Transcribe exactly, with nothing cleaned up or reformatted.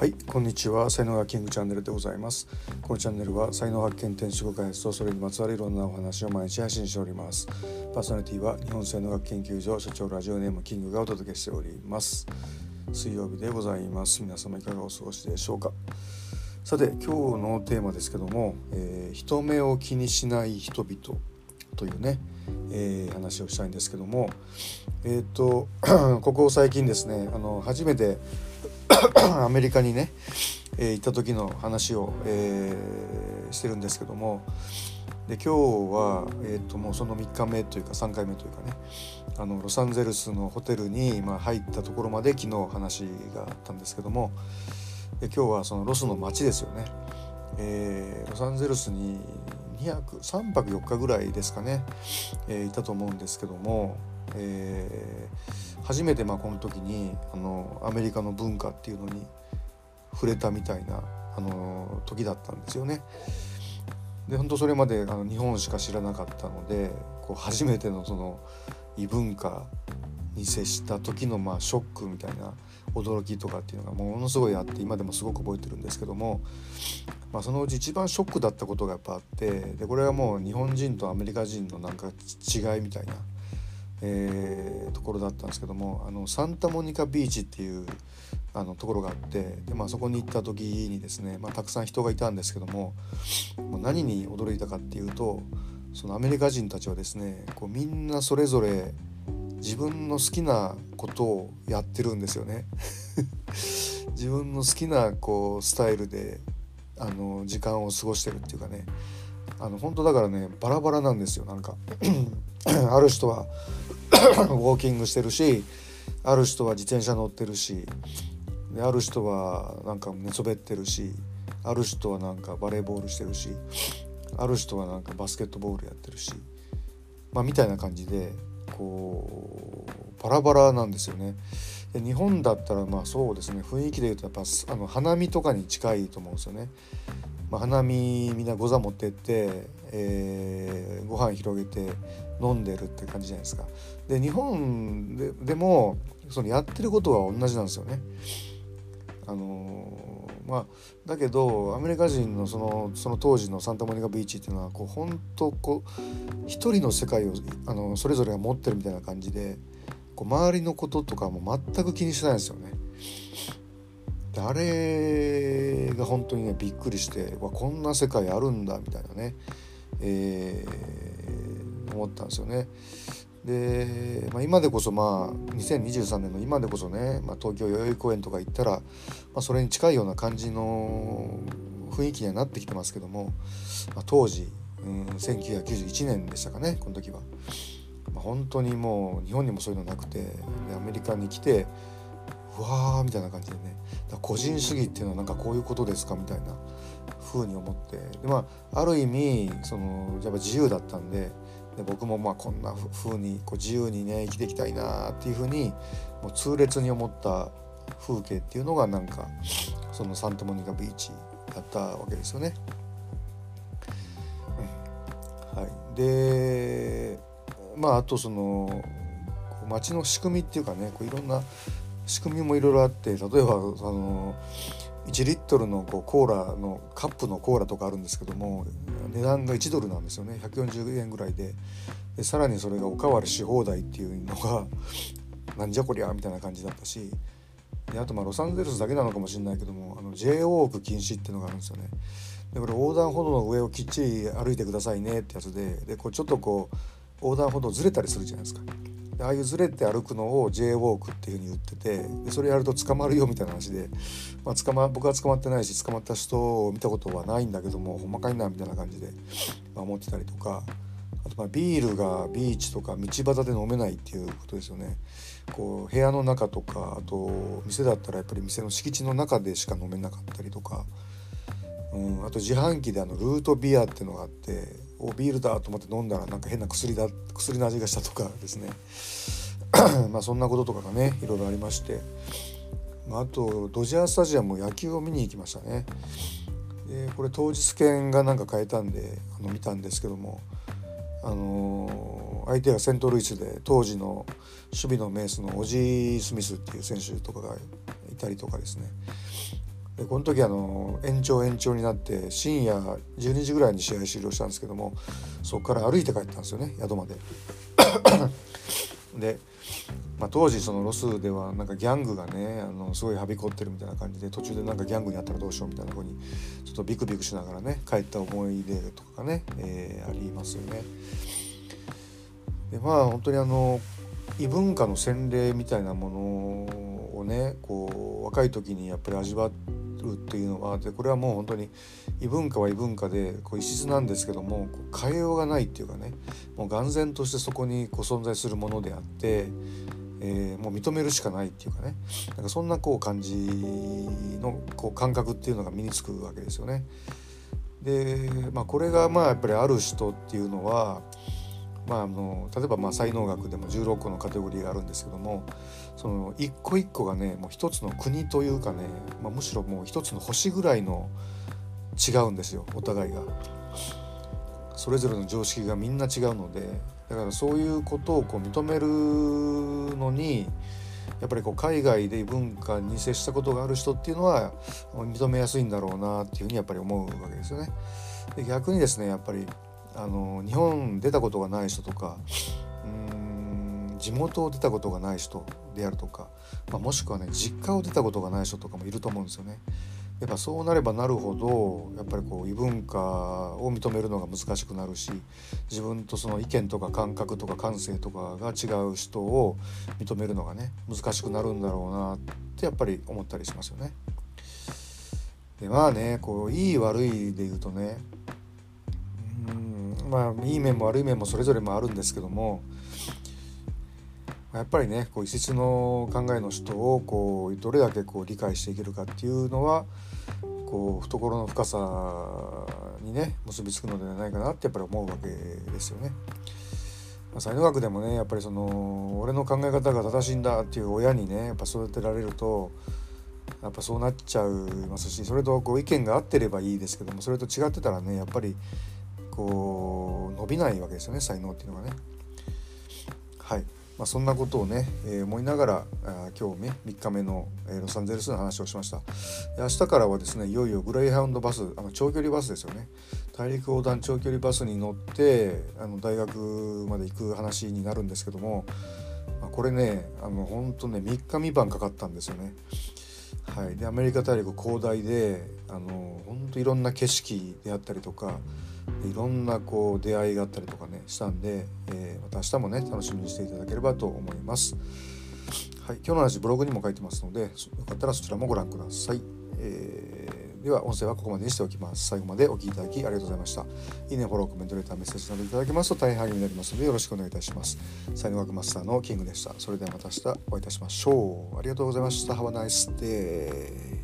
はい、こんにちは。才能学キングチャンネルでございます。このチャンネルは才能発見、転職開発とそれにまつわるいろんなお話を毎日配信しております。パーソナリティは日本才能学研究所所長ラジオネームキングがお届けしております。水曜日でございます。皆様いかがお過ごしでしょうか。さて、今日のテーマですけども、えー、人目を気にしない人々というね、えー、話をしたいんですけども、えー、とここ最近ですね、あの初めてアメリカにね、えー、行った時の話を、えー、してるんですけども、で今日は、えー、ともうそのみっかめというかさんかいめというかね、あのロサンゼルスのホテルに、まあ、入ったところまで昨日話があったんですけども、で今日はそのロスの街ですよね、えー、ロサンゼルスににはくさんぱくよっかぐらいですかね、えー、いたと思うんですけども、えー、初めてまあこの時にあのアメリカの文化っていうのに触れたみたいなあの時だったんですよね。で本当それまであの日本しか知らなかったので、こう初めてのその異文化に接した時のまあショックみたいな驚きとかっていうのがものすごいあって、今でもすごく覚えてるんですけども、まあ、そのうち一番ショックだったことがやっぱあって、でこれはもう日本人とアメリカ人のなんか違いみたいな、えー、ところだったんですけども、あのサンタモニカビーチっていうあのところがあって、で、まあ、そこに行った時にですね、まあ、たくさん人がいたんですけども、もう何に驚いたかっていうと、そのアメリカ人たちはですね、こうみんなそれぞれ自分の好きなことをやってるんですよね自分の好きなこうスタイルであの時間を過ごしてるっていうかね、あの本当だからね、バラバラなんですよ。なんかある人はウォーキングしてるし、ある人は自転車乗ってるし、である人はなんか寝そべってるし、ある人はなんかバレーボールしてるし、ある人はなんかバスケットボールやってるし、まあみたいな感じでこうバラバラなんですよね。で日本だったらまあそうですね、雰囲気でいうとやっぱあの花見とかに近いと思うんですよね。まあ、花見みんなご座持ってって、えー、ご飯広げて飲んでるって感じじゃないですか。で日本 で, でもそのやってることは同じなんですよね。あのー、まあだけどアメリカ人のそのその当時のサンタモニカビーチっていうのはこう本当こう一人の世界をあのそれぞれが持ってるみたいな感じで、こう周りのこととかも全く気にしてないんですよね。であれが本当にねびっくりして、わこんな世界あるんだみたいなね、えー、思ったんですよね。で、まあ、今でこそまあにせんにじゅうさんねんの今でこそね、まあ、東京代々木公園とか行ったら、まあ、それに近いような感じの雰囲気にはなってきてますけども、まあ、当時、うん、せんきゅうひゃくきゅうじゅういちねんでしたかね、この時は、まあ、本当にもう日本にもそういうのなくて、でアメリカに来てうわーみたいな感じでね、だ個人主義っていうのはなんかこういうことですかみたいな風に思って、でまあある意味そのやっぱ自由だったんで、で僕もまあこんな風にこう自由にね生きていきたいなっていう風にもう痛烈に思った風景っていうのがなんかそのサンタモニカビーチだったわけですよね。うん、はい。でまああとその街の仕組みっていうかね、こういろんな仕組みもいろいろあって、例えばあのいちリットルのこうコーラのカップのコーラとかあるんですけども、値段がいちドルなんですよね。ひゃくよんじゅうえんぐらいで、でさらにそれがおかわりし放題っていうのがなんじゃこりゃみたいな感じだったし、であとまあロサンゼルスだけなのかもしれないけども、あの ジェイウォーク禁止っていうのがあるんですよね。でこれ横断歩道の上をきっちり歩いてくださいねってやつで、でこうちょっとこう横断歩道ずれたりするじゃないですか。ああいうずれて歩くのを ジェイウォークっていう風に言ってて、でそれやると捕まるよみたいな話で、まあ、捕ま僕は捕まってないし捕まった人を見たことはないんだけども、ほんまかいなみたいな感じで、まあ、思ってたりとか、あとまあビールがビーチとか道端で飲めないっていうことですよね。こう部屋の中とか、あと店だったらやっぱり店の敷地の中でしか飲めなかったりとか、うん、あと自販機であのルートビアっていうのがあって、おビールだと思って飲んだらなんか変な薬だ薬の味がしたとかですねまあそんなこととかがねいろいろありまして、まあ、あとドジャースタジアム野球を見に行きましたね。でこれ当日券がなんか買えたんであの見たんですけども、あのー、相手がセントルイスで当時の守備の名手のオジー・スミスっていう選手とかがいたりとかですね、 でこの時あの延長延長になって深夜じゅうにじぐらいに試合終了したんですけども、そこから歩いて帰ったんですよね、宿までで、まあ、当時そのロスではなんかギャングがねあのすごいはびこってるみたいな感じで、途中でなんかギャングにあったらどうしようみたいな風にちょっとビクビクしながらね帰った思い出とかがね、えー、ありますよね。でまあ本当にあの異文化の洗礼みたいなものをねこう若い時にやっぱり味わうっていうのは、でこれはもう本当に異文化は異文化でこう異質なんですけども、こう変えようがないっていうかね、もう眼然としてそこにこう存在するものであって、えー、もう認めるしかないっていうかね、なんかそんなこう感じのこう感覚っていうのが身につくわけですよね。で、まあ、これがまあやっぱりある人っていうのは、まあ、あの例えばまあ才能学でもじゅうろっこのカテゴリーがあるんですけども、その一個一個がねもう一つの国というかね、まあ、むしろもう一つの星ぐらいの違うんですよ、お互いが。それぞれの常識がみんな違うので、だからそういうことをこう認めるのにやっぱりこう海外で異文化に接したことがある人っていうのは認めやすいんだろうなっていうふうにやっぱり思うわけですよね。で逆にですねやっぱりあの日本出たことがない人とか、うーん地元を出たことがない人であるとか、まあ、もしくはね実家を出たことがない人とかもいると思うんですよね。やっぱそうなればなるほどやっぱりこう異文化を認めるのが難しくなるし、自分とその意見とか感覚とか感性とかが違う人を認めるのがね難しくなるんだろうなってやっぱり思ったりしますよね。でまあねこういい悪いで言うとね、うんまあいい面も悪い面もそれぞれもあるんですけども、やっぱりねこう異質の考えの人をこうどれだけこう理解していけるかっていうのはこう懐の深さにね結びつくのではないかなってやっぱり思うわけですよね。まあ、才能学でもねやっぱりその俺の考え方が正しいんだっていう親にねやっぱ育てられるとやっぱそうなっちゃいますし、それとこう意見が合ってればいいですけども、それと違ってたらねやっぱりこう伸びないわけですよね、才能っていうのがね。はい、まあ、そんなことをね、えー、思いながらあ今日ねみっかめの、えー、ロサンゼルスの話をしました。明日からはですねいよいよグレイハウンドバス、あの長距離バスですよね、大陸横断長距離バスに乗ってあの大学まで行く話になるんですけども、まあ、これねあの本当ねみっかみばんかかったんですよね。はい、でアメリカ大陸広大であの本当いろんな景色であったりとかいろんなこう出会いがあったりとかねしたんで、えー、また明日もね楽しみにしていただければと思います。はい、今日の話ブログにも書いてますのでよかったらそちらもご覧ください。えー、では音声はここまでにしておきます。最後までお聞きいただきありがとうございました。いいね、フォロー、コメント、レター、メッセージなどいただけますと大変励みになりますのでよろしくお願いいたします。才能学マスターのキングでした。それではまた明日お会いいたしましょう。ありがとうございました。Have a nice day.